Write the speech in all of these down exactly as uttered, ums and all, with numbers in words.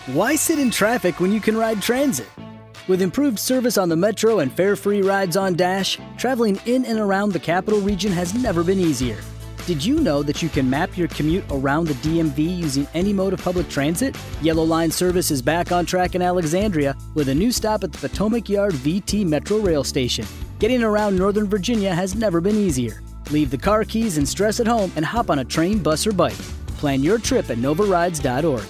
Why sit in traffic when you can ride transit? With improved service on the Metro and fare-free rides on Dash, traveling in and around the capital region has never been easier. Did you know that you can map your commute around the D M V using any mode of public transit? Yellow Line service is back on track in Alexandria with a new stop at the Potomac Yard V T Metro Rail Station. Getting around Northern Virginia has never been easier. Leave the car keys and stress at home and hop on a train, bus, or bike. Plan your trip at nova rides dot org.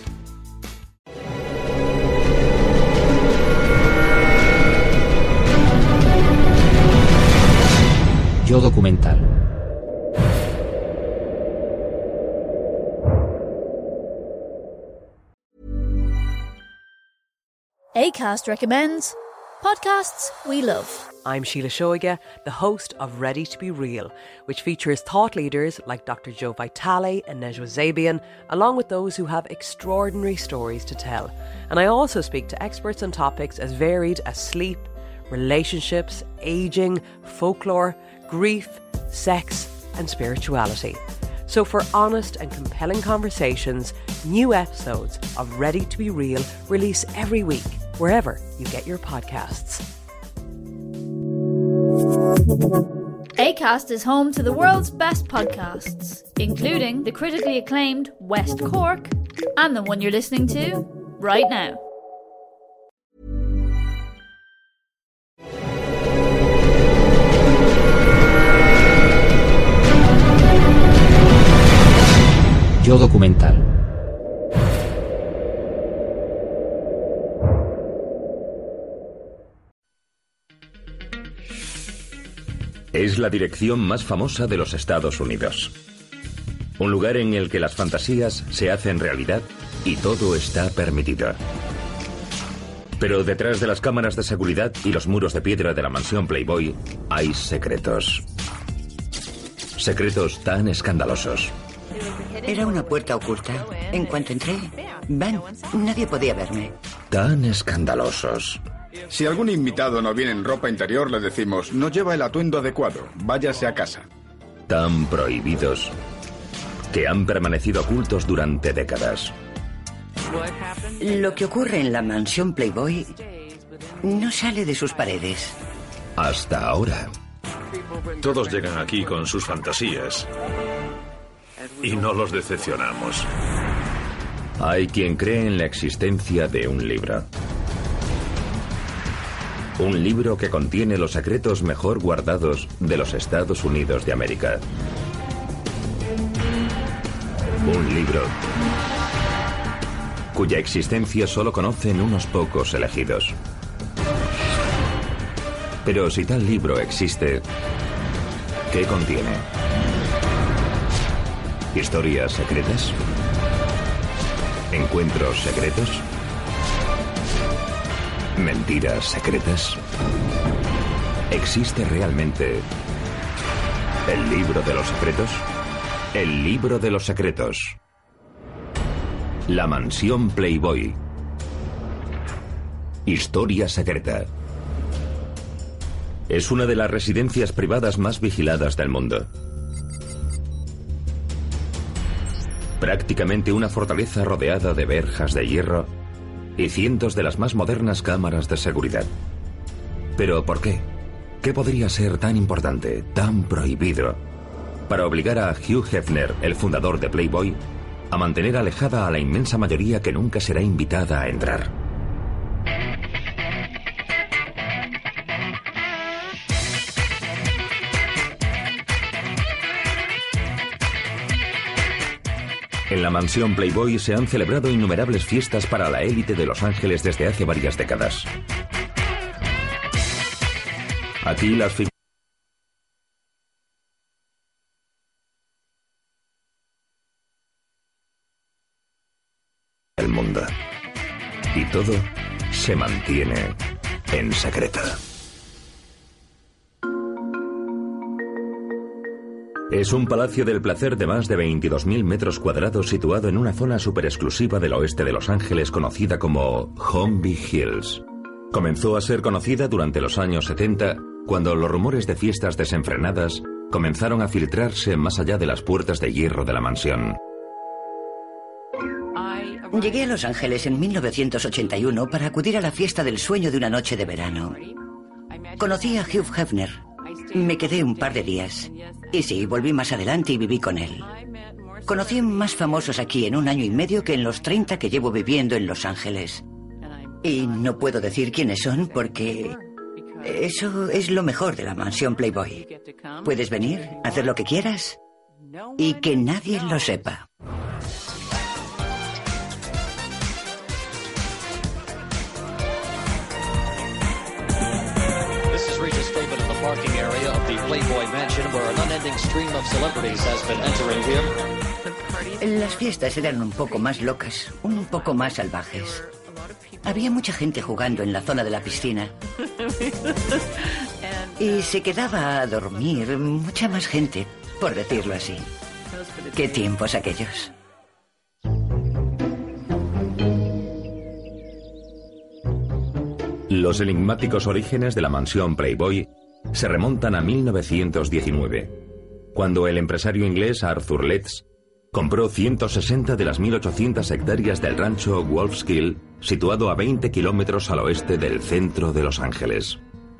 Yo documental. Acast recommends podcasts we love. I'm Sheila Shoiga, the host of Ready to Be Real, which features thought leaders like Doctor Joe Vitale and Nejwa Zabian, along with those who have extraordinary stories to tell. And I also speak to experts on topics as varied as sleep, relationships, ageing, folklore, grief, sex, and spirituality. So for honest and compelling conversations, new episodes of Ready to Be Real release every week, wherever you get your podcasts. Acast is home to the world's best podcasts, including the critically acclaimed West Cork and the one you're listening to right now. Yo documental. Es la dirección más famosa de los Estados Unidos. Un lugar en el que las fantasías se hacen realidad y todo está permitido. Pero detrás de las cámaras de seguridad y los muros de piedra de la mansión Playboy hay secretos. Secretos tan escandalosos. Era una puerta oculta. En cuanto entré, ¡bam!, nadie podía verme. Tan escandalosos. Si algún invitado no viene en ropa interior, le decimos, no lleva el atuendo adecuado, váyase a casa. Tan prohibidos que han permanecido ocultos durante décadas. Lo que ocurre en la mansión Playboy no sale de sus paredes. Hasta ahora. Todos llegan aquí con sus fantasías. Y no los decepcionamos. Hay quien cree en la existencia de un libro. Un libro que contiene los secretos mejor guardados de los Estados Unidos de América. Un libro cuya existencia solo conocen unos pocos elegidos. Pero si tal libro existe, ¿qué contiene? ¿Historias secretas? ¿Encuentros secretos? ¿Mentiras secretas? ¿Existe realmente el libro de los secretos? El libro de los secretos. La mansión Playboy. Historia secreta. Es una de las residencias privadas más vigiladas del mundo. Prácticamente una fortaleza rodeada de verjas de hierro y cientos de las más modernas cámaras de seguridad. ¿Pero por qué? ¿Qué podría ser tan importante, tan prohibido, para obligar a Hugh Hefner, el fundador de Playboy, a mantener alejada a la inmensa mayoría que nunca será invitada a entrar? En la mansión Playboy se han celebrado innumerables fiestas para la élite de Los Ángeles desde hace varias décadas. Aquí las figuras del mundo. Y todo se mantiene en secreto. Es un palacio del placer de más de veintidós mil metros cuadrados situado en una zona súper exclusiva del oeste de Los Ángeles conocida como Holmby Hills. Comenzó a ser conocida durante los años setenta, cuando los rumores de fiestas desenfrenadas comenzaron a filtrarse más allá de las puertas de hierro de la mansión. Llegué a Los Ángeles en mil novecientos ochenta y uno para acudir a la fiesta del sueño de una noche de verano. Conocí a Hugh Hefner. Me quedé un par de días. Y sí, volví más adelante y viví con él. Conocí más famosos aquí en un año y medio que en los treinta que llevo viviendo en Los Ángeles. Y no puedo decir quiénes son porque eso es lo mejor de la mansión Playboy. Puedes venir, hacer lo que quieras y que nadie lo sepa. Parking area of the Playboy Mansion where an unending stream of celebrities has been entering here. Las fiestas eran un poco más locas, un poco más salvajes. Había mucha gente jugando en la zona de la piscina. Y se quedaba a dormir mucha más gente, por decirlo así. ¿Qué tiempos aquellos? Los enigmáticos orígenes de la mansión Playboy se remontan a mil novecientos diecinueve, cuando el empresario inglés Arthur Letts compró ciento sesenta de las mil ochocientas hectáreas del rancho Wolfskill, situado a veinte kilómetros al oeste del centro de Los Ángeles.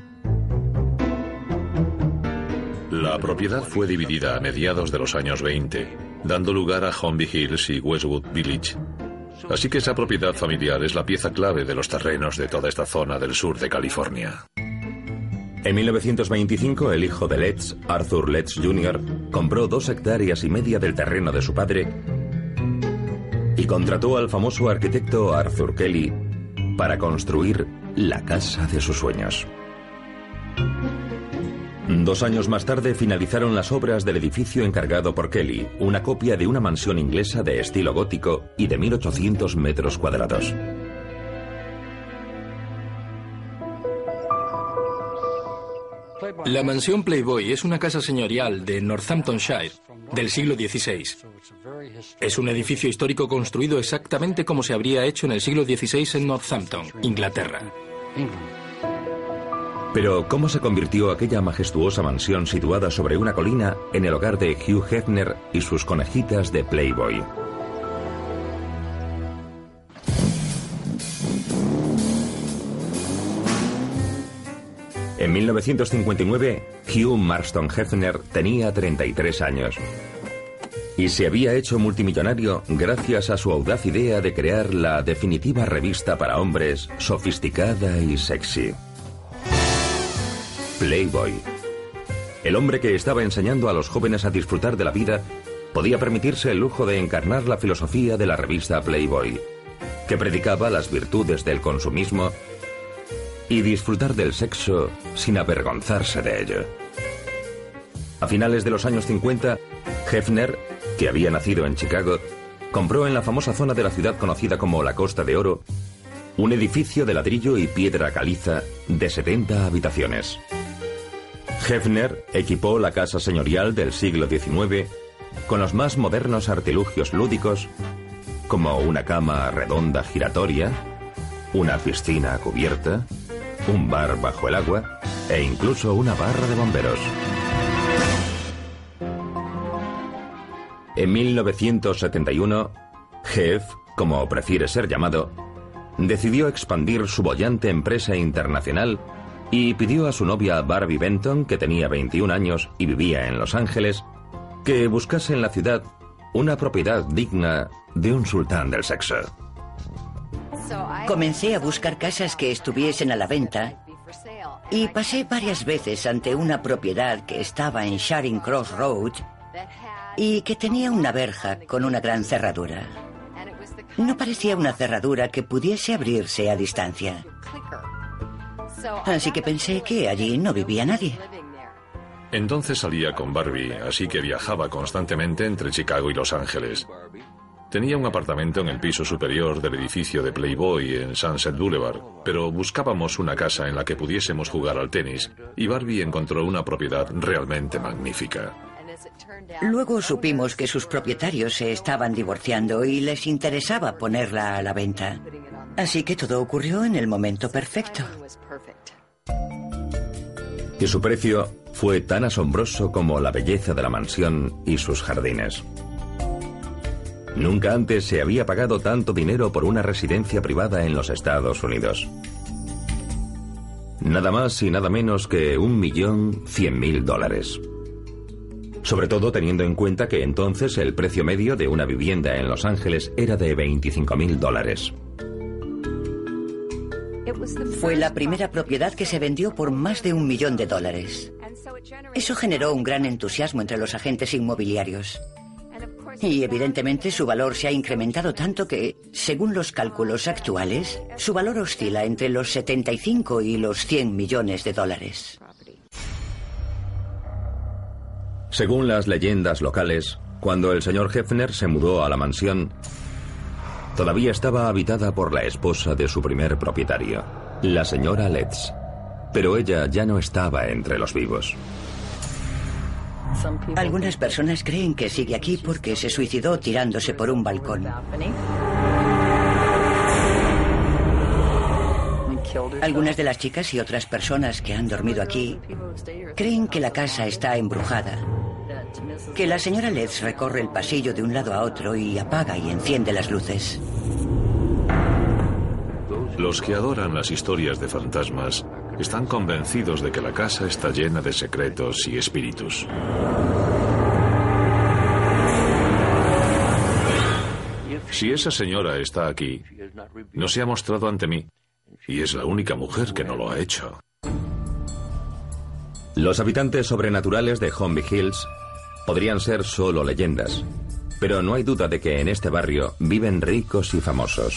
La propiedad fue dividida a mediados de los años veinte, dando lugar a Holmby Hills y Westwood Village. Así que esa propiedad familiar es la pieza clave de los terrenos de toda esta zona del sur de California. En mil novecientos veinticinco, el hijo de Letts, Arthur Letts junior, compró dos hectáreas y media del terreno de su padre y contrató al famoso arquitecto Arthur Kelly para construir la casa de sus sueños. Dos años más tarde finalizaron las obras del edificio encargado por Kelly, una copia de una mansión inglesa de estilo gótico y de mil ochocientos metros cuadrados. La mansión Playboy es una casa señorial de Northamptonshire, del siglo dieciséis. Es un edificio histórico construido exactamente como se habría hecho en el siglo dieciséis en Northampton, Inglaterra. Pero, ¿cómo se convirtió aquella majestuosa mansión situada sobre una colina en el hogar de Hugh Hefner y sus conejitas de Playboy? En mil novecientos cincuenta y nueve, Hugh Marston Hefner tenía treinta y tres años y se había hecho multimillonario gracias a su audaz idea de crear la definitiva revista para hombres sofisticada y sexy. Playboy. El hombre que estaba enseñando a los jóvenes a disfrutar de la vida podía permitirse el lujo de encarnar la filosofía de la revista Playboy, que predicaba las virtudes del consumismo y disfrutar del sexo sin avergonzarse de ello. A finales de los años cincuenta, Hefner, que había nacido en Chicago, compró en la famosa zona de la ciudad conocida como la Costa de Oro un edificio de ladrillo y piedra caliza de setenta habitaciones. Hefner equipó la casa señorial del siglo diecinueve con los más modernos artilugios lúdicos, como una cama redonda giratoria, una piscina cubierta, un bar bajo el agua e incluso una barra de bomberos. En mil novecientos setenta y uno, Hef, como prefiere ser llamado, decidió expandir su boyante empresa internacional y pidió a su novia Barbie Benton, que tenía veintiún años y vivía en Los Ángeles, que buscase en la ciudad una propiedad digna de un sultán del sexo. Comencé a buscar casas que estuviesen a la venta y pasé varias veces ante una propiedad que estaba en Charing Cross Road y que tenía una verja con una gran cerradura. No parecía una cerradura que pudiese abrirse a distancia. Así que pensé que allí no vivía nadie. Entonces salía con Barbie, así que viajaba constantemente entre Chicago y Los Ángeles. Tenía un apartamento en el piso superior del edificio de Playboy en Sunset Boulevard, pero buscábamos una casa en la que pudiésemos jugar al tenis y Barbie encontró una propiedad realmente magnífica. Luego supimos que sus propietarios se estaban divorciando y les interesaba ponerla a la venta. Así que todo ocurrió en el momento perfecto. Y su precio fue tan asombroso como la belleza de la mansión y sus jardines. Nunca antes se había pagado tanto dinero por una residencia privada en los Estados Unidos. Nada más y nada menos que un millón cien mil dólares. Sobre todo teniendo en cuenta que entonces el precio medio de una vivienda en Los Ángeles era de veinticinco mil dólares. Fue la primera propiedad que se vendió por más de un millón de dólares. Eso generó un gran entusiasmo entre los agentes inmobiliarios. Y evidentemente su valor se ha incrementado tanto que, según los cálculos actuales, su valor oscila entre los setenta y cinco y los cien millones de dólares. Según las leyendas locales, cuando el señor Hefner se mudó a la mansión, todavía estaba habitada por la esposa de su primer propietario, la señora Letts. Pero ella ya no estaba entre los vivos. Algunas personas creen que sigue aquí porque se suicidó tirándose por un balcón. Algunas de las chicas y otras personas que han dormido aquí creen que la casa está embrujada, que la señora Letts recorre el pasillo de un lado a otro y apaga y enciende las luces. Los que adoran las historias de fantasmas están convencidos de que la casa está llena de secretos y espíritus. Si esa señora está aquí, no se ha mostrado ante mí, y es la única mujer que no lo ha hecho. Los habitantes sobrenaturales de Holmby Hills podrían ser solo leyendas, pero no hay duda de que en este barrio viven ricos y famosos.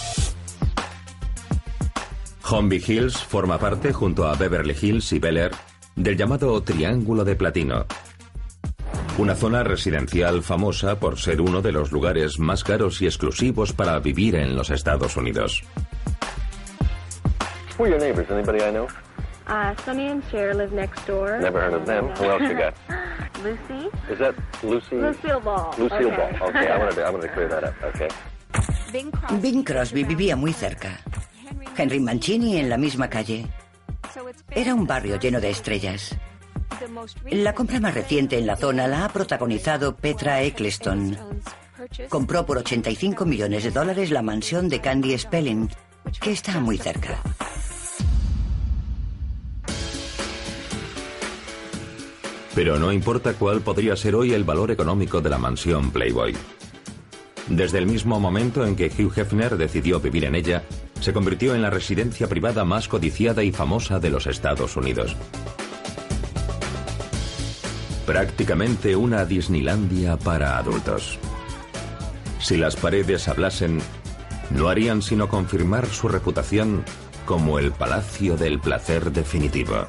Holmby Hills forma parte, junto a Beverly Hills y Bel Air, del llamado Triángulo de Platino, una zona residencial famosa por ser uno de los lugares más caros y exclusivos para vivir en los Estados Unidos. Who are your neighbors? Anybody I know? Uh, Sonny and Cher live next door. Never heard of them. Who else you got? Lucy. Is that Lucy? Lucille Ball. Lucille Okay. Ball. Okay, I wanted to, I wanted to clear that up. Okay. Bing Crosby vivía muy cerca. Henry Mancini en la misma calle. Era un barrio lleno de estrellas. La compra más reciente en la zona la ha protagonizado Petra Eccleston. Compró por ochenta y cinco millones de dólares la mansión de Candy Spelling, que está muy cerca. Pero no importa cuál podría ser hoy el valor económico de la mansión Playboy. Desde el mismo momento en que Hugh Hefner decidió vivir en ella, se convirtió en la residencia privada más codiciada y famosa de los Estados Unidos. Prácticamente una Disneylandia para adultos. Si las paredes hablasen, no harían sino confirmar su reputación como el Palacio del Placer definitivo.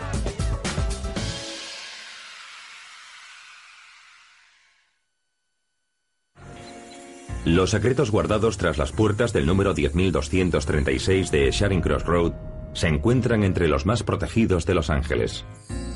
Los secretos guardados tras las puertas del número diez mil doscientos treinta y seis de Charing Cross Road se encuentran entre los más protegidos de Los Ángeles.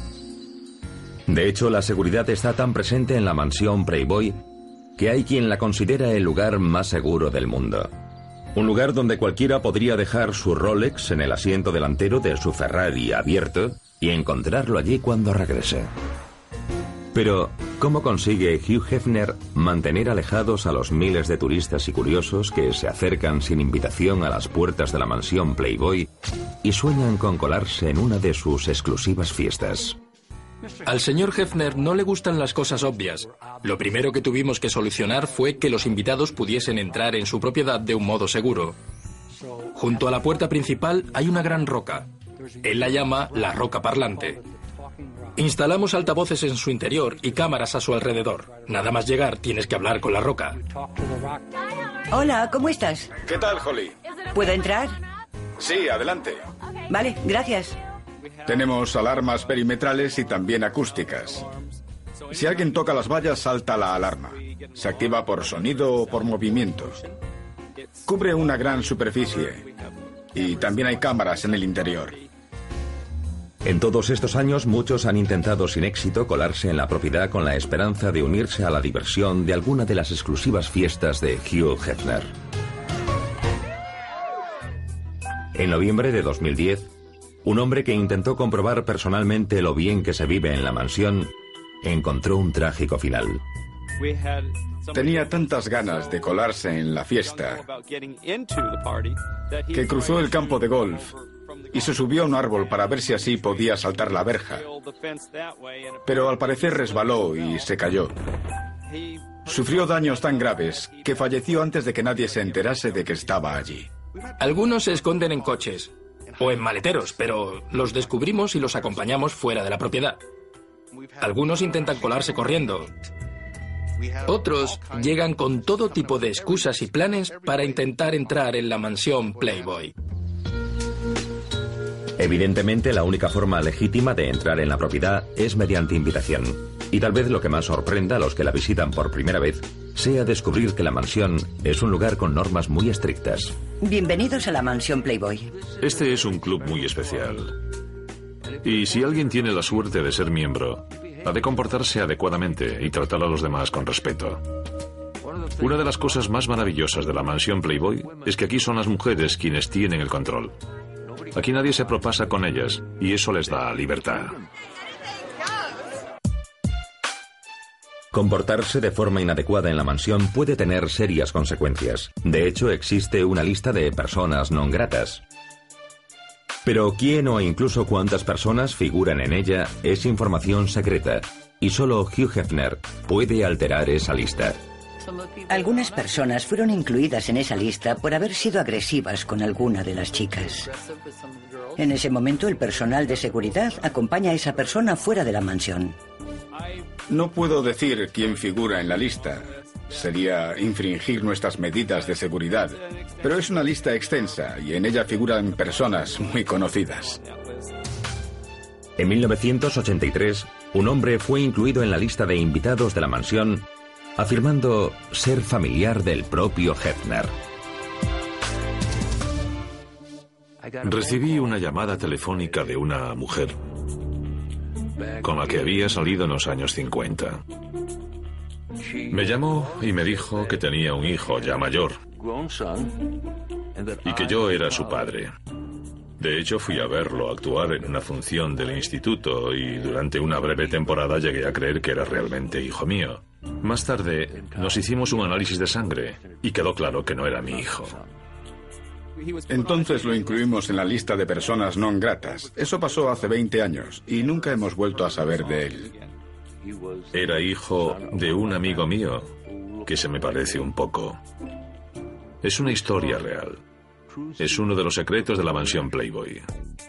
De hecho, la seguridad está tan presente en la mansión Playboy que hay quien la considera el lugar más seguro del mundo. Un lugar donde cualquiera podría dejar su Rolex en el asiento delantero de su Ferrari abierto y encontrarlo allí cuando regrese. Pero, ¿cómo consigue Hugh Hefner mantener alejados a los miles de turistas y curiosos que se acercan sin invitación a las puertas de la mansión Playboy y sueñan con colarse en una de sus exclusivas fiestas? Al señor Hefner no le gustan las cosas obvias. Lo primero que tuvimos que solucionar fue que los invitados pudiesen entrar en su propiedad de un modo seguro. Junto a la puerta principal hay una gran roca. Él la llama la roca parlante. Instalamos altavoces en su interior y cámaras a su alrededor. Nada más llegar, tienes que hablar con la roca. Hola, ¿cómo estás? ¿Qué tal, Holly? ¿Puedo entrar? Sí, adelante. Vale, gracias. Tenemos alarmas perimetrales y también acústicas. Si alguien toca las vallas, salta la alarma. Se activa por sonido o por movimiento. Cubre una gran superficie. Y también hay cámaras en el interior. En todos estos años, muchos han intentado sin éxito colarse en la propiedad con la esperanza de unirse a la diversión de alguna de las exclusivas fiestas de Hugh Hefner. En noviembre de dos mil diez, un hombre que intentó comprobar personalmente lo bien que se vive en la mansión encontró un trágico final. Tenía tantas ganas de colarse en la fiesta que cruzó el campo de golf y se subió a un árbol para ver si así podía saltar la verja. Pero al parecer resbaló y se cayó. Sufrió daños tan graves que falleció antes de que nadie se enterase de que estaba allí. Algunos se esconden en coches o en maleteros, pero los descubrimos y los acompañamos fuera de la propiedad. Algunos intentan colarse corriendo. Otros llegan con todo tipo de excusas y planes para intentar entrar en la mansión Playboy. Evidentemente, la única forma legítima de entrar en la propiedad es mediante invitación. Y tal vez lo que más sorprenda a los que la visitan por primera vez sea descubrir que la mansión es un lugar con normas muy estrictas. Bienvenidos a la mansión Playboy. Este es un club muy especial. Y si alguien tiene la suerte de ser miembro, ha de comportarse adecuadamente y tratar a los demás con respeto. Una de las cosas más maravillosas de la mansión Playboy es que aquí son las mujeres quienes tienen el control. Aquí nadie se propasa con ellas y eso les da libertad. Comportarse de forma inadecuada en la mansión puede tener serias consecuencias. De hecho, existe una lista de personas non gratas. Pero quién o incluso cuántas personas figuran en ella es información secreta, y solo Hugh Hefner puede alterar esa lista. Algunas personas fueron incluidas en esa lista por haber sido agresivas con alguna de las chicas. En ese momento, el personal de seguridad acompaña a esa persona fuera de la mansión. No puedo decir quién figura en la lista. Sería infringir nuestras medidas de seguridad. Pero es una lista extensa y en ella figuran personas muy conocidas. En mil novecientos ochenta y tres, un hombre fue incluido en la lista de invitados de la mansión, afirmando ser familiar del propio Hefner. Recibí una llamada telefónica de una mujer con la que había salido en los años cincuenta. Me llamó y me dijo que tenía un hijo ya mayor y que yo era su padre. De hecho, fui a verlo actuar en una función del instituto y durante una breve temporada llegué a creer que era realmente hijo mío. Más tarde, nos hicimos un análisis de sangre y quedó claro que no era mi hijo. Entonces lo incluimos en la lista de personas non gratas. Eso pasó hace veinte años y nunca hemos vuelto a saber de él. Era hijo de un amigo mío que se me parece un poco. Es una historia real. Es uno de los secretos de la mansión Playboy.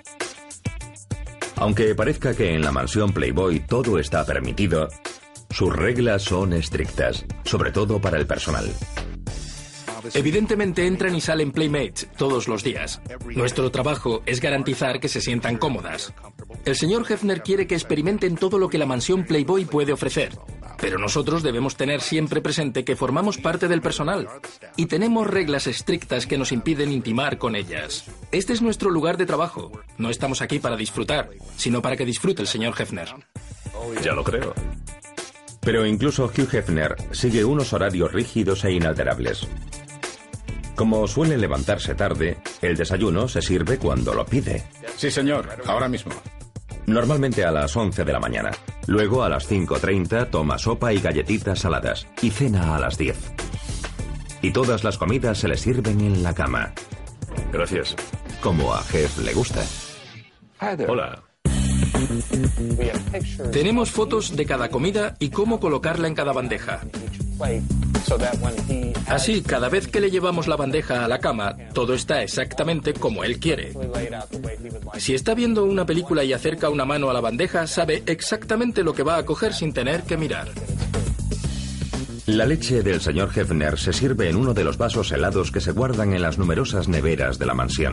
Aunque parezca que en la mansión Playboy todo está permitido, sus reglas son estrictas, sobre todo para el personal. Evidentemente entran y salen Playmates todos los días. Nuestro trabajo es garantizar que se sientan cómodas. El señor Hefner quiere que experimenten todo lo que la mansión Playboy puede ofrecer, pero nosotros debemos tener siempre presente que formamos parte del personal y tenemos reglas estrictas que nos impiden intimar con ellas. Este es nuestro lugar de trabajo. No estamos aquí para disfrutar, sino para que disfrute el señor Hefner. Ya lo creo. Pero incluso Hugh Hefner sigue unos horarios rígidos e inalterables. Como suele levantarse tarde, el desayuno se sirve cuando lo pide. Sí, señor, ahora mismo. Normalmente a las once de la mañana. Luego a las cinco treinta toma sopa y galletitas saladas. Y cena a las diez. Y todas las comidas se le sirven en la cama. Gracias. Como a Jeff le gusta. Hola. Tenemos fotos de cada comida y cómo colocarla en cada bandeja. Así, cada vez que le llevamos la bandeja a la cama, todo está exactamente como él quiere. Si está viendo una película y acerca una mano a la bandeja, sabe exactamente lo que va a coger sin tener que mirar. La leche del señor Hefner se sirve en uno de los vasos helados que se guardan en las numerosas neveras de la mansión.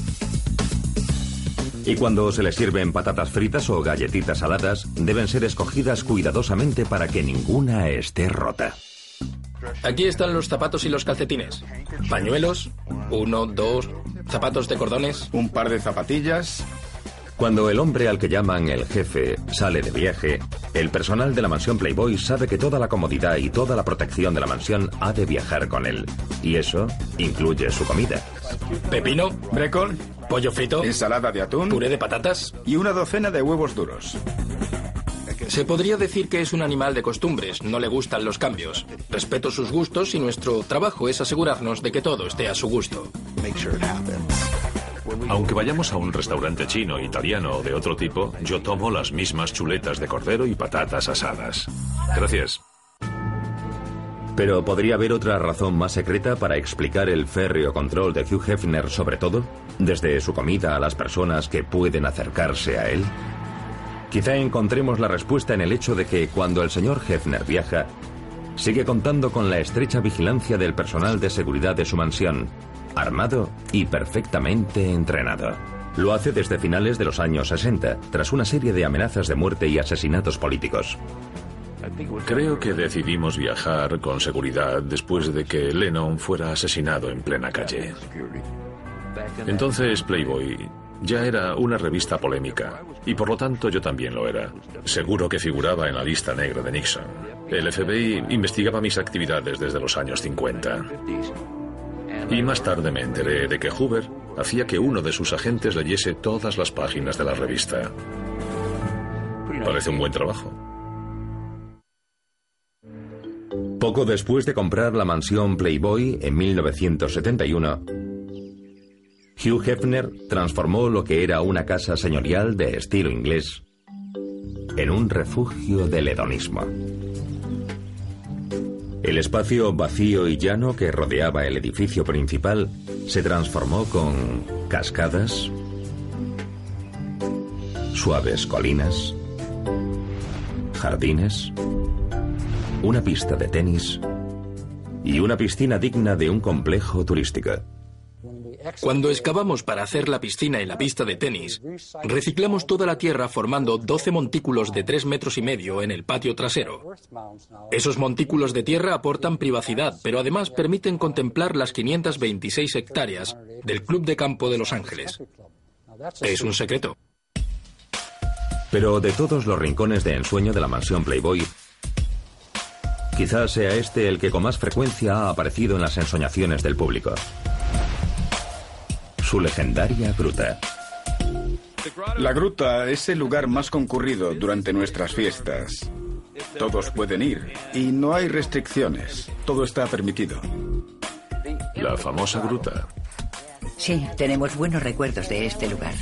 Y cuando se le sirven patatas fritas o galletitas saladas, deben ser escogidas cuidadosamente para que ninguna esté rota. Aquí están los zapatos y los calcetines. Pañuelos, uno, dos, zapatos de cordones. Un par de zapatillas. Cuando el hombre al que llaman el jefe sale de viaje, el personal de la mansión Playboy sabe que toda la comodidad y toda la protección de la mansión ha de viajar con él. Y eso incluye su comida. Pepino, brécol, pollo frito, ensalada de atún, puré de patatas y una docena de huevos duros. Se podría decir que es un animal de costumbres, no le gustan los cambios. Respeto sus gustos y nuestro trabajo es asegurarnos de que todo esté a su gusto. Aunque vayamos a un restaurante chino, italiano o de otro tipo, yo tomo las mismas chuletas de cordero y patatas asadas. Gracias. Pero ¿podría haber otra razón más secreta para explicar el férreo control de Hugh Hefner sobre todo, desde su comida a las personas que pueden acercarse a él? Quizá encontremos la respuesta en el hecho de que cuando el señor Hefner viaja, sigue contando con la estrecha vigilancia del personal de seguridad de su mansión, armado y perfectamente entrenado. Lo hace desde finales de los años sesenta, tras una serie de amenazas de muerte y asesinatos políticos. Creo que decidimos viajar con seguridad después de que Lennon fuera asesinado en plena calle. Entonces Playboy ya era una revista polémica, y por lo tanto yo también lo era. Seguro que figuraba en la lista negra de Nixon. El F B I investigaba mis actividades desde los años cincuenta. Y más tarde me enteré de que Hoover hacía que uno de sus agentes leyese todas las páginas de la revista. Parece un buen trabajo. Poco después de comprar la mansión Playboy en mil novecientos setenta y uno, Hugh Hefner transformó lo que era una casa señorial de estilo inglés en un refugio del hedonismo. El espacio vacío y llano que rodeaba el edificio principal se transformó con cascadas, suaves colinas, jardines, una pista de tenis y una piscina digna de un complejo turístico. Cuando excavamos para hacer la piscina y la pista de tenis, reciclamos toda la tierra formando doce montículos de tres metros y medio en el patio trasero. Esos montículos de tierra aportan privacidad, pero además permiten contemplar las quinientas veintiséis hectáreas del Club de Campo de Los Ángeles. Es un secreto. Pero de todos los rincones de ensueño de la mansión Playboy, quizás sea este el que con más frecuencia ha aparecido en las ensoñaciones del público. Su legendaria gruta. La gruta es el lugar más concurrido durante nuestras fiestas. Todos pueden ir y no hay restricciones. Todo está permitido. La famosa gruta. Sí, tenemos buenos recuerdos de este lugar.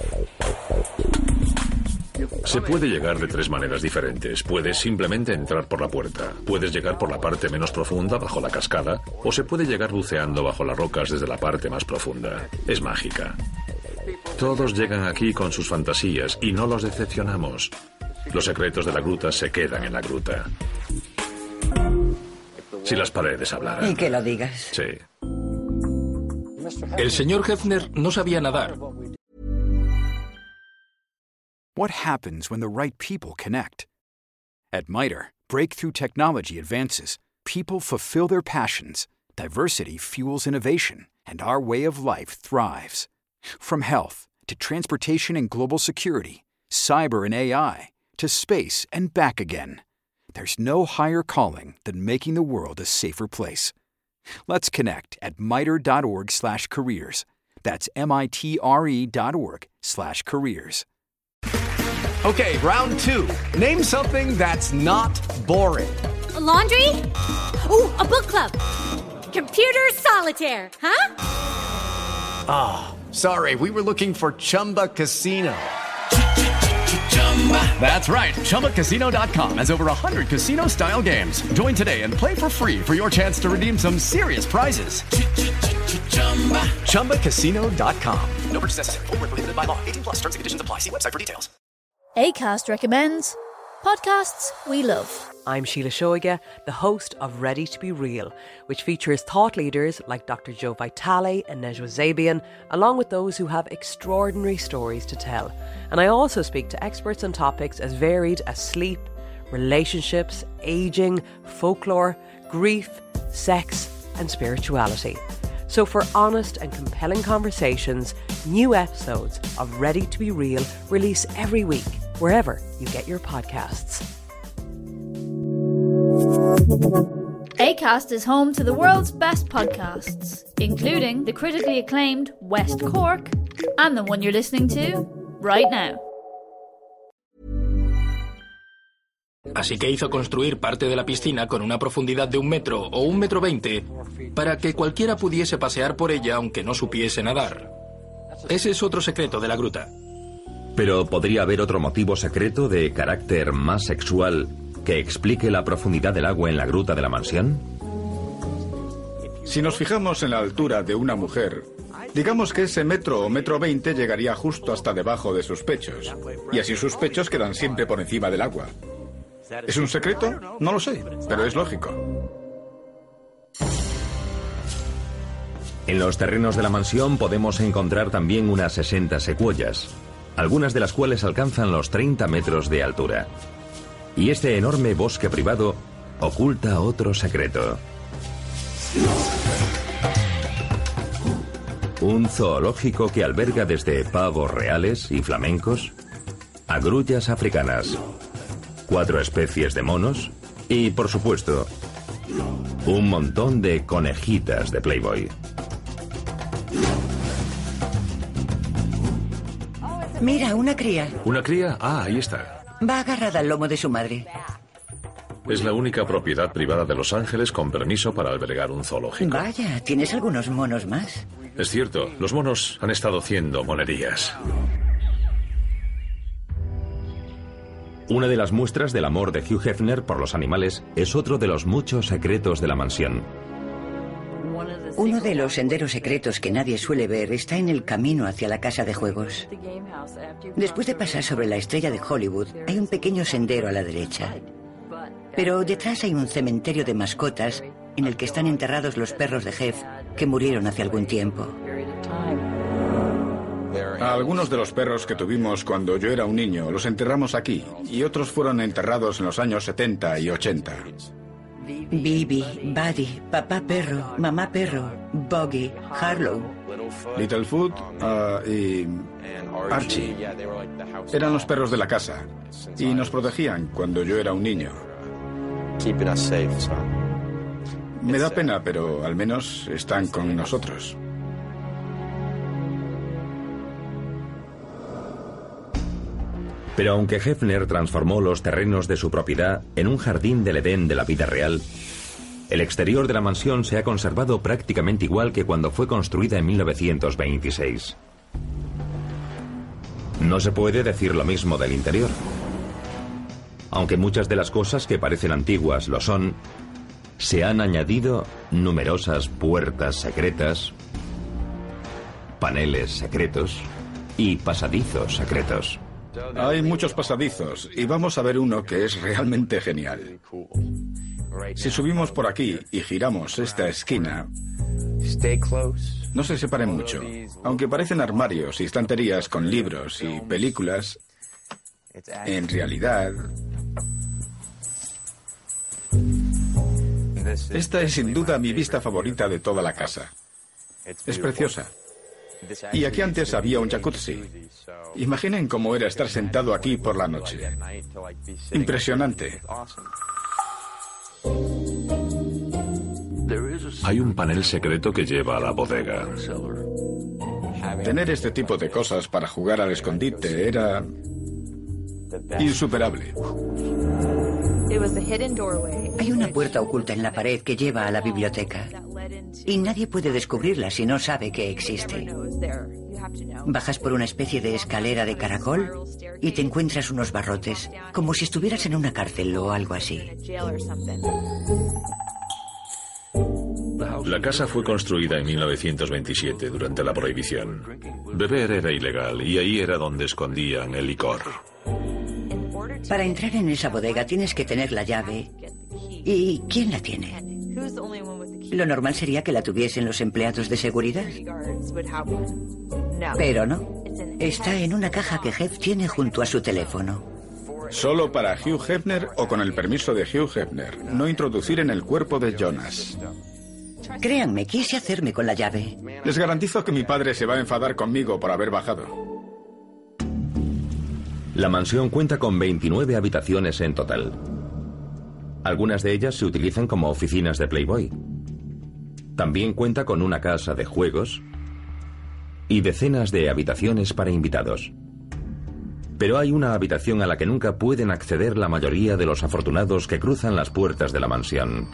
Se puede llegar de tres maneras diferentes. Puedes simplemente entrar por la puerta. Puedes llegar por la parte menos profunda, bajo la cascada, o se puede llegar buceando bajo las rocas desde la parte más profunda. Es mágica. Todos llegan aquí con sus fantasías y no los decepcionamos. Los secretos de la gruta se quedan en la gruta. Si las paredes hablaran. Y que lo digas. Sí. El señor Hefner no sabía nadar. What happens when the right people connect? At MITRE, breakthrough technology advances, people fulfill their passions, diversity fuels innovation, and our way of life thrives. From health to transportation and global security, cyber and A I, to space and back again, there's no higher calling than making the world a safer place. Let's connect at mitre.org slash careers. That's M-I-T-R-E dot org slash careers. Okay, round two. Name something that's not boring. A laundry? Ooh, a book club. Computer solitaire, huh? Ah, oh, sorry, we were looking for Chumba Casino. That's right, Chumba Casino dot com has over one hundred casino-style games. Join today and play for free for your chance to redeem some serious prizes. Chumba Casino dot com. No purchase necessary. Void where prohibited by law. eighteen plus terms and conditions apply. See website for details. Acast recommends podcasts we love. I'm Sheila Shoiga, the host of Ready to Be Real, which features thought leaders like Doctor Joe Vitale and Nejwa Zabian, along with those who have extraordinary stories to tell. And I also speak to experts on topics as varied as sleep, relationships, aging, folklore, grief, sex, and spirituality. So for honest and compelling conversations, new episodes of Ready to Be Real release every week, wherever you get your podcasts. Acast is home to the world's best podcasts, including the critically acclaimed West Cork and the one you're listening to right now. Así que hizo construir parte de la piscina con una profundidad de un metro o un metro veinte para que cualquiera pudiese pasear por ella aunque no supiese nadar. Ese es otro secreto de la gruta. Pero ¿podría haber otro motivo secreto de carácter más sexual que explique la profundidad del agua en la gruta de la mansión? Si nos fijamos en la altura de una mujer, digamos que ese metro o metro veinte llegaría justo hasta debajo de sus pechos. Y así sus pechos quedan siempre por encima del agua. ¿Es un secreto? No lo sé, pero es lógico. En los terrenos de la mansión podemos encontrar también unas sesenta secuoyas, algunas de las cuales alcanzan los treinta metros de altura. Y este enorme bosque privado oculta otro secreto. Un zoológico que alberga desde pavos reales y flamencos a grullas africanas, cuatro especies de monos y, por supuesto, un montón de conejitas de Playboy. Mira, una cría. ¿Una cría? Ah, ahí está. Va agarrada al lomo de su madre. Es la única propiedad privada de Los Ángeles con permiso para albergar un zoológico. Vaya, ¿tienes algunos monos más? Es cierto, los monos han estado haciendo monerías. Una de las muestras del amor de Hugh Hefner por los animales es otro de los muchos secretos de la mansión. Uno de los senderos secretos que nadie suele ver está en el camino hacia la casa de juegos. Después de pasar sobre la estrella de Hollywood, hay un pequeño sendero a la derecha. Pero detrás hay un cementerio de mascotas en el que están enterrados los perros de Jeff que murieron hace algún tiempo. A algunos de los perros que tuvimos cuando yo era un niño los enterramos aquí y otros fueron enterrados en los años setenta y ochenta. Bibi, Buddy, papá perro, mamá perro, Boggy, Harlow, Littlefoot uh, y Archie. Eran los perros de la casa y nos protegían cuando yo era un niño. Me da pena, pero al menos están con nosotros. Pero aunque Hefner transformó los terrenos de su propiedad en un jardín del Edén de la vida real, el exterior de la mansión se ha conservado prácticamente igual que cuando fue construida en mil novecientos veintiséis. No se puede decir lo mismo del interior. Aunque muchas de las cosas que parecen antiguas lo son, se han añadido numerosas puertas secretas, paneles secretos y pasadizos secretos. Hay muchos pasadizos y vamos a ver uno que es realmente genial. Si subimos por aquí y giramos esta esquina, no se separen mucho. Aunque parecen armarios y estanterías con libros y películas, en realidad, esta es sin duda mi vista favorita de toda la casa. Es preciosa. Y aquí antes había un jacuzzi. Imaginen cómo era estar sentado aquí por la noche. Impresionante. Hay un panel secreto que lleva a la bodega. Tener este tipo de cosas para jugar al escondite era insuperable. Hay una puerta oculta en la pared que lleva a la biblioteca. Y nadie puede descubrirla si no sabe que existe. Bajas por una especie de escalera de caracol y te encuentras unos barrotes, como si estuvieras en una cárcel o algo así. La casa fue construida en mil novecientos veintisiete, durante la Prohibición. Beber era ilegal y ahí era donde escondían el licor. Para entrar en esa bodega tienes que tener la llave. ¿Y quién la tiene? Lo normal sería que la tuviesen los empleados de seguridad. Pero no. Está en una caja que Jeff tiene junto a su teléfono. Solo para Hugh Hefner o con el permiso de Hugh Hefner. No introducir en el cuerpo de Jonas. Créanme, quise hacerme con la llave. Les garantizo que mi padre se va a enfadar conmigo por haber bajado. La mansión cuenta con veintinueve habitaciones en total. Algunas de ellas se utilizan como oficinas de Playboy. También cuenta con una casa de juegos y decenas de habitaciones para invitados. Pero hay una habitación a la que nunca pueden acceder la mayoría de los afortunados que cruzan las puertas de la mansión.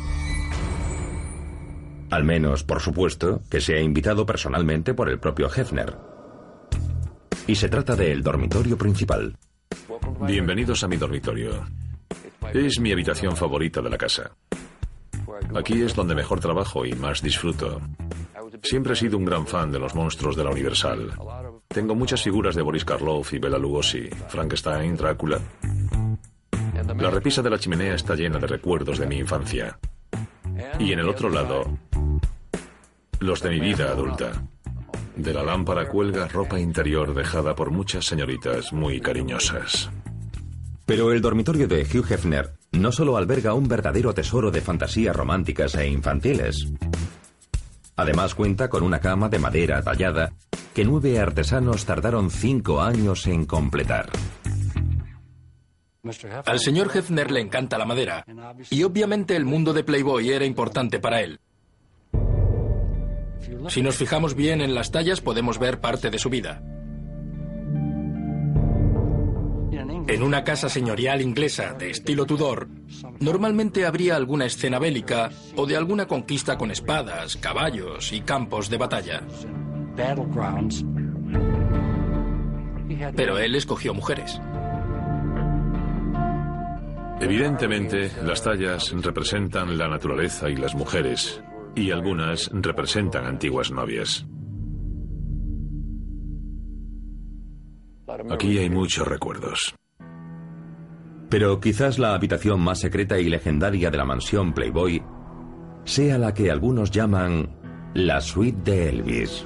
Al menos, por supuesto, que sea invitado personalmente por el propio Hefner. Y se trata del dormitorio principal. Bienvenidos a mi dormitorio. Es mi habitación favorita de la casa. Aquí es donde mejor trabajo y más disfruto. Siempre he sido un gran fan de los monstruos de la Universal. Tengo muchas figuras de Boris Karloff y Bela Lugosi, Frankenstein, Drácula. La repisa de la chimenea está llena de recuerdos de mi infancia. Y en el otro lado, los de mi vida adulta. De la lámpara cuelga ropa interior dejada por muchas señoritas muy cariñosas. Pero el dormitorio de Hugh Hefner no solo alberga un verdadero tesoro de fantasías románticas e infantiles. Además cuenta con una cama de madera tallada que nueve artesanos tardaron cinco años en completar. Al señor Hefner le encanta la madera, y obviamente el mundo de Playboy era importante para él. Si nos fijamos bien en las tallas podemos ver parte de su vida. En una casa señorial inglesa de estilo Tudor, normalmente habría alguna escena bélica o de alguna conquista con espadas, caballos y campos de batalla. Pero él escogió mujeres. Evidentemente, las tallas representan la naturaleza y las mujeres, y algunas representan antiguas novias. Aquí hay muchos recuerdos. Pero quizás la habitación más secreta y legendaria de la mansión Playboy sea la que algunos llaman la suite de Elvis.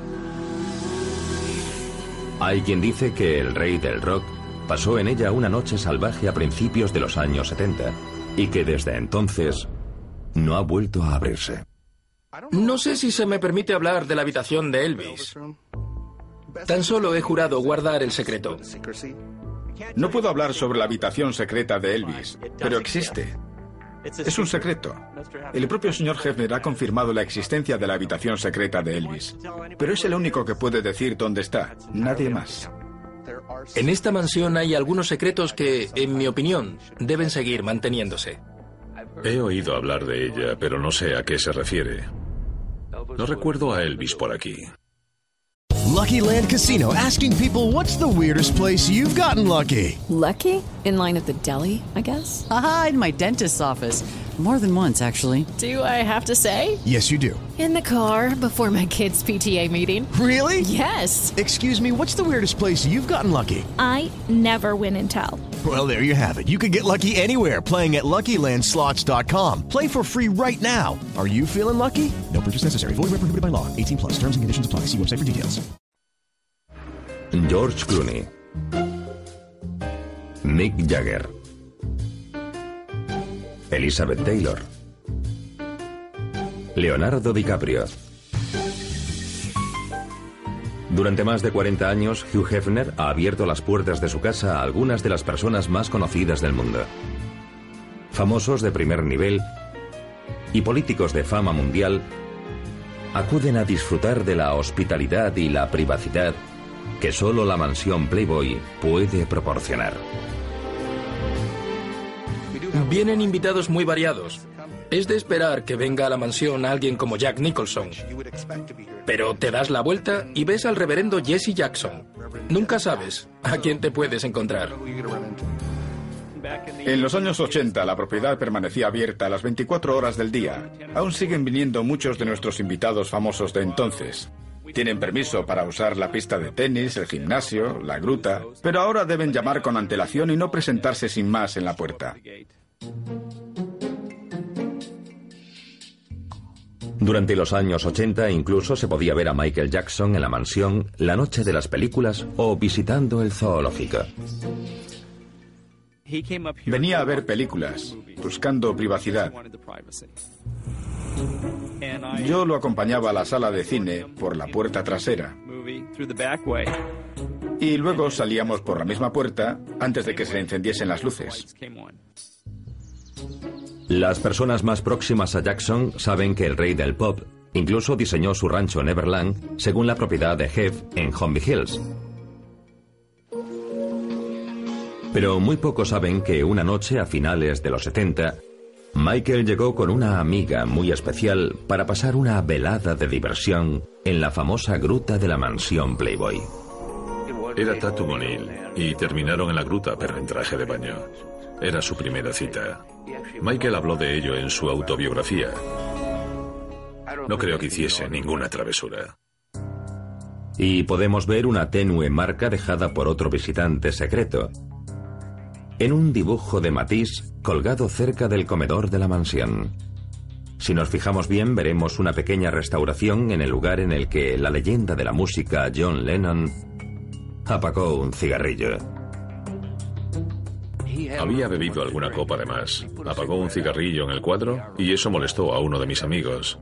Hay quien dice que el rey del rock pasó en ella una noche salvaje a principios de los años setenta y que desde entonces no ha vuelto a abrirse. No sé si se me permite hablar de la habitación de Elvis. Tan solo he jurado guardar el secreto. No puedo hablar sobre la habitación secreta de Elvis, pero existe. Es un secreto. El propio señor Hefner ha confirmado la existencia de la habitación secreta de Elvis, pero es el único que puede decir dónde está, nadie más. En esta mansión hay algunos secretos que, en mi opinión, deben seguir manteniéndose. He oído hablar de ella, pero no sé a qué se refiere. No recuerdo a Elvis por aquí. Lucky Land Casino, asking people, what's the weirdest place you've gotten lucky? Lucky? In line at the deli, I guess? Aha, in my dentist's office. More than once, actually. Do I have to say? Yes, you do. In the car before my kids' P T A meeting. Really? Yes. Excuse me, what's the weirdest place you've gotten lucky? I never win and tell. Well, there you have it. You can get lucky anywhere, playing at Lucky Land Slots dot com. Play for free right now. Are you feeling lucky? No purchase necessary. Void where prohibited by law. eighteen plus. Terms and conditions apply. See website for details. George Clooney, Mick Jagger, Elizabeth Taylor, Leonardo DiCaprio. Durante más de cuarenta años, Hugh Hefner ha abierto las puertas de su casa a algunas de las personas más conocidas del mundo. Famosos de primer nivel y políticos de fama mundial acuden a disfrutar de la hospitalidad y la privacidad que solo la mansión Playboy puede proporcionar. Vienen invitados muy variados. Es de esperar que venga a la mansión alguien como Jack Nicholson. Pero te das la vuelta y ves al reverendo Jesse Jackson. Nunca sabes a quién te puedes encontrar. En los años ochenta la propiedad permanecía abierta a las veinticuatro horas del día. Aún siguen viniendo muchos de nuestros invitados famosos de entonces. Tienen permiso para usar la pista de tenis, el gimnasio, la gruta, pero ahora deben llamar con antelación y no presentarse sin más en la puerta. Durante los años ochenta incluso se podía ver a Michael Jackson en la mansión la noche de las películas o visitando el zoológico. Venía a ver películas, buscando privacidad. Yo lo acompañaba a la sala de cine por la puerta trasera. Y luego salíamos por la misma puerta antes de que se encendiesen las luces. Las personas más próximas a Jackson saben que el rey del pop incluso diseñó su rancho en Neverland según la propiedad de Hef en Holmby Hills. Pero muy pocos saben que una noche a finales de los setenta, Michael llegó con una amiga muy especial para pasar una velada de diversión en la famosa gruta de la mansión Playboy. Era Tatum O'Neill y terminaron en la gruta, pero en traje de baño. Era su primera cita. Michael habló de ello en su autobiografía. No creo que hiciese ninguna travesura. Y podemos ver una tenue marca dejada por otro visitante secreto en un dibujo de Matisse colgado cerca del comedor de la mansión. Si nos fijamos bien, veremos una pequeña restauración en el lugar en el que la leyenda de la música John Lennon apagó un cigarrillo. Había bebido alguna copa de más, apagó un cigarrillo en el cuadro y eso molestó a uno de mis amigos.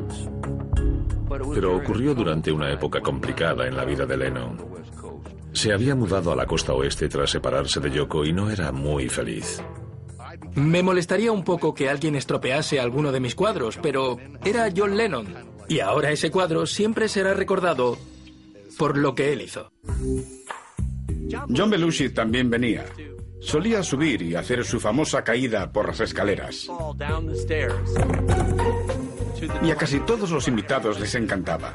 Pero ocurrió durante una época complicada en la vida de Lennon. Se había mudado a la costa oeste tras separarse de Yoko y no era muy feliz. Me molestaría un poco que alguien estropease alguno de mis cuadros, pero era John Lennon. Y ahora ese cuadro siempre será recordado por lo que él hizo. John Belushi también venía. Solía subir y hacer su famosa caída por las escaleras. Y a casi todos los invitados les encantaba.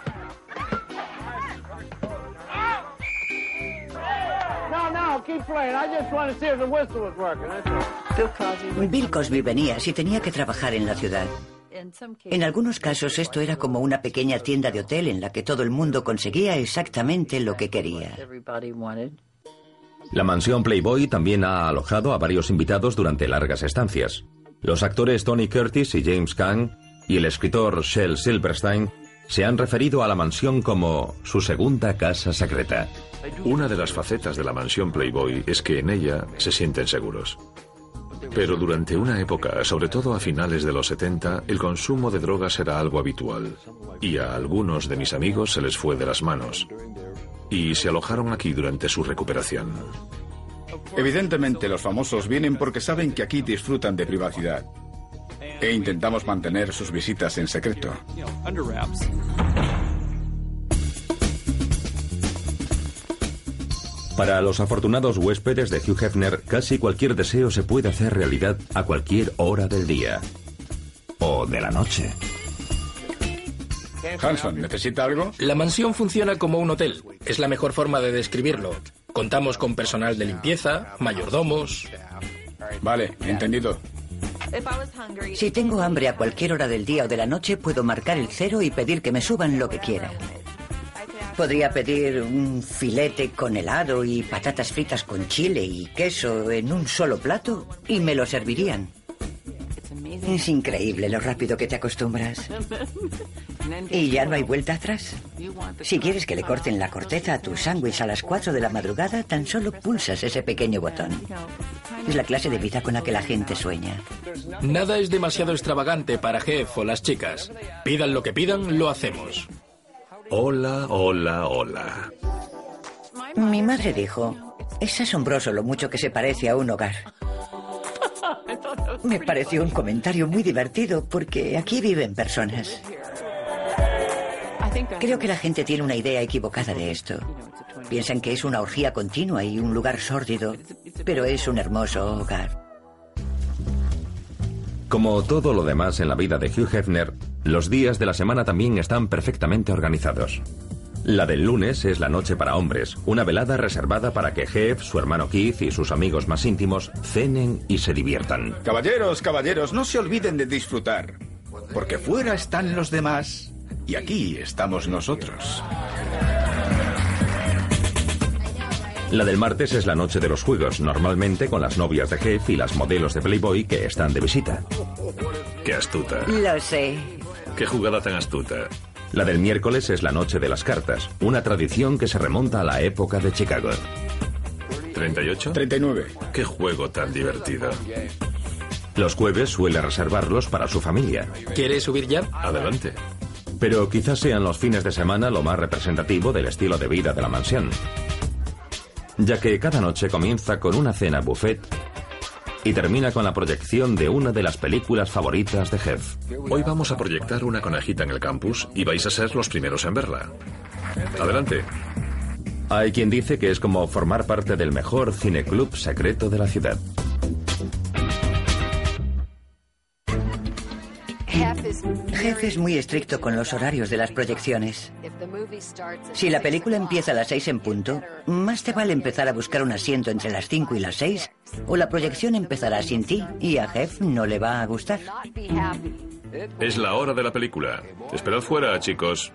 Bill Cosby venía si tenía que trabajar en la ciudad. En algunos casos esto era como una pequeña tienda de hotel en la que todo el mundo conseguía exactamente lo que quería. La mansión Playboy también ha alojado a varios invitados durante largas estancias. Los actores Tony Curtis y James Caan y el escritor Shel Silverstein se han referido a la mansión como su segunda casa secreta. Una de las facetas de la mansión Playboy es que en ella se sienten seguros. Pero durante una época, sobre todo a finales de los setenta, el consumo de drogas era algo habitual. Y a algunos de mis amigos se les fue de las manos. Y se alojaron aquí durante su recuperación. Evidentemente los famosos vienen porque saben que aquí disfrutan de privacidad. E intentamos mantener sus visitas en secreto. Para los afortunados huéspedes de Hugh Hefner, casi cualquier deseo se puede hacer realidad a cualquier hora del día. O de la noche. Hanson, ¿necesita algo? La mansión funciona como un hotel. Es la mejor forma de describirlo. Contamos con personal de limpieza, mayordomos... Vale, entendido. Si tengo hambre a cualquier hora del día o de la noche, puedo marcar el cero y pedir que me suban lo que quiera. Podría pedir un filete con helado y patatas fritas con chile y queso en un solo plato y me lo servirían. Es increíble lo rápido que te acostumbras. Y ya no hay vuelta atrás. Si quieres que le corten la corteza a tu sándwich a las cuatro de la madrugada, tan solo pulsas ese pequeño botón. Es la clase de vida con la que la gente sueña. Nada es demasiado extravagante para Jeff o las chicas. Pidan lo que pidan, lo hacemos. Hola, hola, hola. Mi madre dijo, es asombroso lo mucho que se parece a un hogar. Me pareció un comentario muy divertido porque aquí viven personas. Creo que la gente tiene una idea equivocada de esto. Piensan que es una orgía continua y un lugar sórdido, pero es un hermoso hogar. Como todo lo demás en la vida de Hugh Hefner, los días de la semana también están perfectamente organizados. La del lunes es la noche para hombres, una velada reservada para que Jeff, su hermano Keith y sus amigos más íntimos cenen y se diviertan. Caballeros, caballeros, no se olviden de disfrutar, porque fuera están los demás y aquí estamos nosotros. La del martes es la noche de los juegos, normalmente con las novias de Jeff y las modelos de Playboy que están de visita. ¡Qué astuta! Lo sé. ¡Qué jugada tan astuta! La del miércoles es la noche de las cartas, una tradición que se remonta a la época de Chicago. ¿treinta y ocho? treinta y nueve. ¡Qué juego tan divertido! Los jueves suele reservarlos para su familia. ¿Quieres subir ya? Adelante. Pero quizás sean los fines de semana lo más representativo del estilo de vida de la mansión, ya que cada noche comienza con una cena buffet y termina con la proyección de una de las películas favoritas de Jeff. Hoy vamos a proyectar una conejita en el campus y vais a ser los primeros en verla. Adelante. Hay quien dice que es como formar parte del mejor cineclub secreto de la ciudad. Jeff es muy estricto con los horarios de las proyecciones. Si la película empieza a las seis en punto, más te vale empezar a buscar un asiento entre las cinco y las seis, o la proyección empezará sin ti y a Jeff no le va a gustar. Es la hora de la película. Esperad fuera, chicos.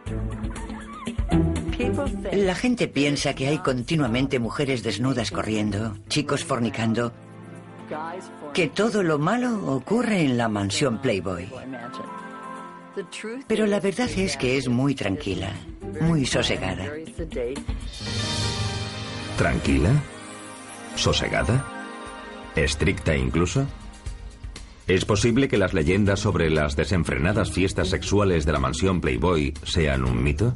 La gente piensa que hay continuamente mujeres desnudas corriendo, chicos fornicando, que todo lo malo ocurre en la mansión Playboy. Pero la verdad es que es muy tranquila, muy sosegada. ¿Tranquila? ¿Sosegada? ¿Estricta incluso? ¿Es posible que las leyendas sobre las desenfrenadas fiestas sexuales de la mansión Playboy sean un mito?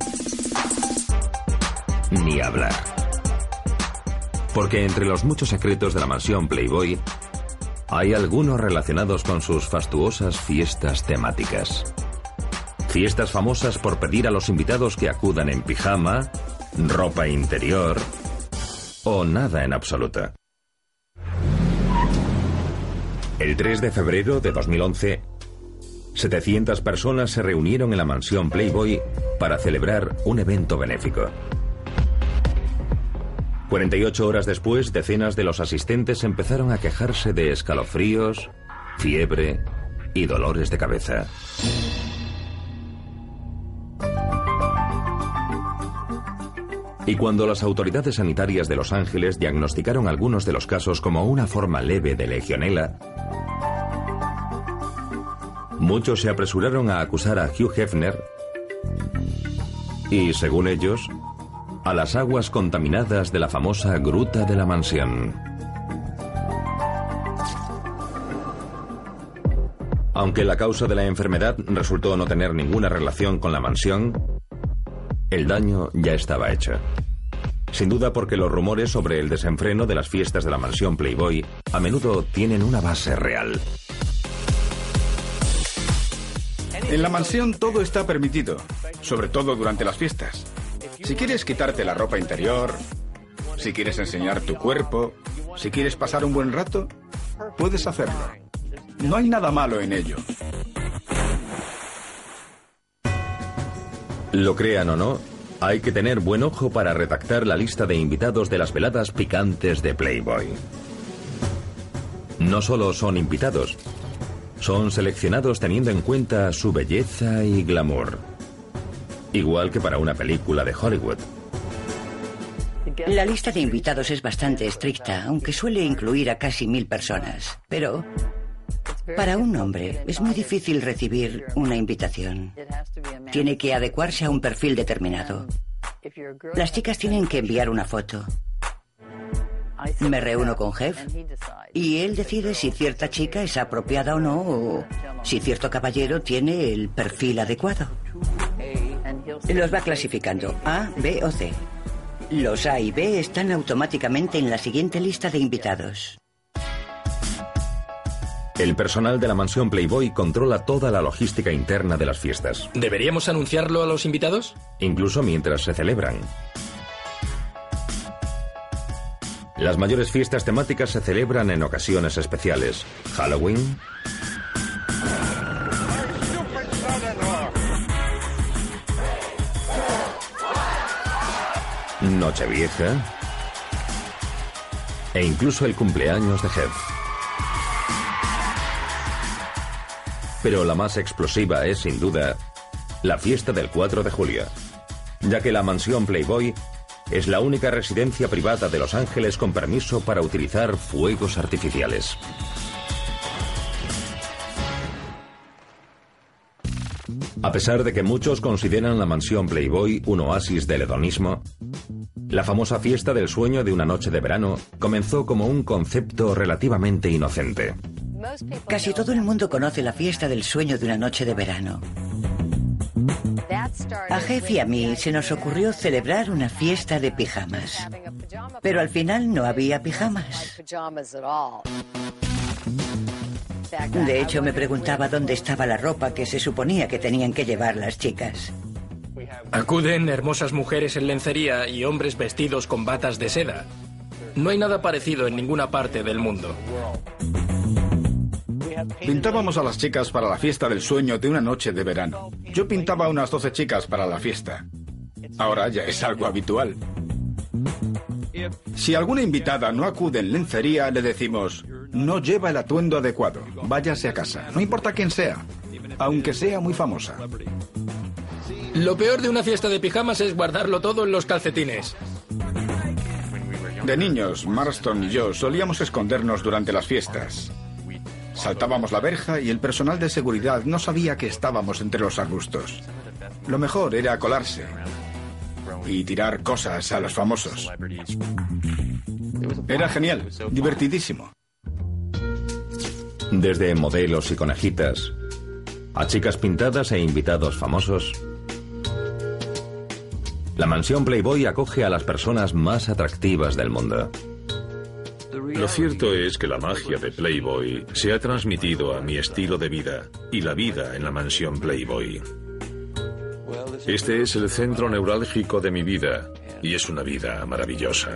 Ni hablar. Porque entre los muchos secretos de la mansión Playboy hay algunos relacionados con sus fastuosas fiestas temáticas. Fiestas famosas por pedir a los invitados que acudan en pijama, ropa interior o nada en absoluto. El tres de febrero de dos mil once, setecientas personas se reunieron en la mansión Playboy para celebrar un evento benéfico. cuarenta y ocho horas después, decenas de los asistentes empezaron a quejarse de escalofríos, fiebre y dolores de cabeza. Y cuando las autoridades sanitarias de Los Ángeles diagnosticaron algunos de los casos como una forma leve de legionela, muchos se apresuraron a acusar a Hugh Hefner y, según ellos, a las aguas contaminadas de la famosa Gruta de la Mansión. Aunque la causa de la enfermedad resultó no tener ninguna relación con la mansión, el daño ya estaba hecho. Sin duda porque los rumores sobre el desenfreno de las fiestas de la mansión Playboy a menudo tienen una base real. En la mansión todo está permitido, sobre todo durante las fiestas. Si quieres quitarte la ropa interior, si quieres enseñar tu cuerpo, si quieres pasar un buen rato, puedes hacerlo. No hay nada malo en ello. Lo crean o no, hay que tener buen ojo para redactar la lista de invitados de las veladas picantes de Playboy. No solo son invitados, son seleccionados teniendo en cuenta su belleza y glamour. Igual que para una película de Hollywood. La lista de invitados es bastante estricta, aunque suele incluir a casi mil personas. Pero para un hombre es muy difícil recibir una invitación. Tiene que adecuarse a un perfil determinado. Las chicas tienen que enviar una foto. Me reúno con Jeff y él decide si cierta chica es apropiada o no, o si cierto caballero tiene el perfil adecuado. Los va clasificando A, B o C. Los A y B están automáticamente en la siguiente lista de invitados. El personal de la mansión Playboy controla toda la logística interna de las fiestas. ¿Deberíamos anunciarlo a los invitados? Incluso mientras se celebran. Las mayores fiestas temáticas se celebran en ocasiones especiales. Halloween, Nochevieja e incluso el cumpleaños de Jeff. Pero la más explosiva es, sin duda, la fiesta del cuatro de julio, ya que la mansión Playboy es la única residencia privada de Los Ángeles con permiso para utilizar fuegos artificiales. A pesar de que muchos consideran la mansión Playboy un oasis del hedonismo, la famosa fiesta del sueño de una noche de verano comenzó como un concepto relativamente inocente. Casi todo el mundo conoce la fiesta del sueño de una noche de verano. A Jeff y a mí se nos ocurrió celebrar una fiesta de pijamas. Pero al final no había pijamas. De hecho, me preguntaba dónde estaba la ropa que se suponía que tenían que llevar las chicas. Acuden hermosas mujeres en lencería y hombres vestidos con batas de seda. No hay nada parecido en ninguna parte del mundo. Pintábamos a las chicas para la fiesta del sueño de una noche de verano. Yo pintaba a unas doce chicas para la fiesta. Ahora ya es algo habitual. Si alguna invitada no acude en lencería, le decimos: no lleva el atuendo adecuado, váyase a casa, no importa quién sea, aunque sea muy famosa. Lo peor de una fiesta de pijamas es guardarlo todo en los calcetines. De niños, Marston y yo solíamos escondernos durante las fiestas. Saltábamos la verja y el personal de seguridad no sabía que estábamos entre los arbustos. Lo mejor era colarse y tirar cosas a los famosos. Era genial, divertidísimo. Desde modelos y conejitas a chicas pintadas e invitados famosos, la mansión Playboy acoge a las personas más atractivas del mundo. Lo cierto es que la magia de Playboy se ha transmitido a mi estilo de vida y la vida en la mansión Playboy. Este es el centro neurálgico de mi vida y es una vida maravillosa.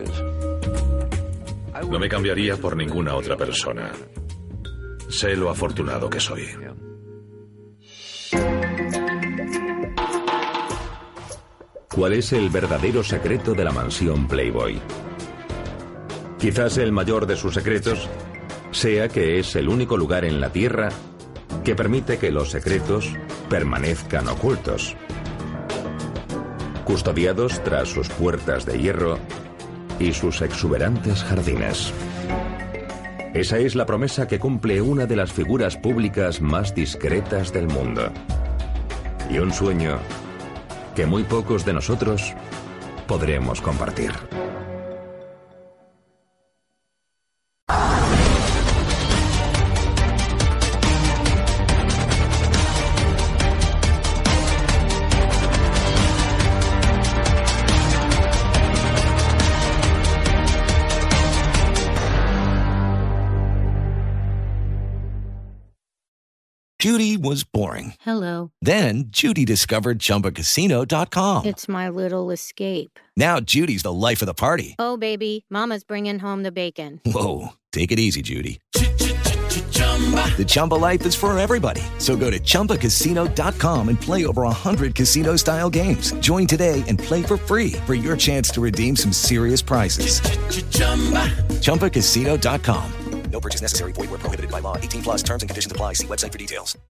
No me cambiaría por ninguna otra persona. Sé lo afortunado que soy. ¿Cuál es el verdadero secreto de la mansión Playboy? Quizás el mayor de sus secretos sea que es el único lugar en la Tierra que permite que los secretos permanezcan ocultos, custodiados tras sus puertas de hierro y sus exuberantes jardines. Esa es la promesa que cumple una de las figuras públicas más discretas del mundo. Y un sueño que muy pocos de nosotros podremos compartir. Judy was boring. Hello. Then Judy discovered Chumba Casino dot com. It's my little escape. Now Judy's the life of the party. Oh, baby, mama's bringing home the bacon. Whoa, take it easy, Judy. The Chumba life is for everybody. So go to Chumba Casino dot com and play over one hundred casino-style games. Join today and play for free for your chance to redeem some serious prizes. Chumba Casino dot com. No purchase necessary. Void where prohibited by law. eighteen plus terms and conditions apply. See website for details.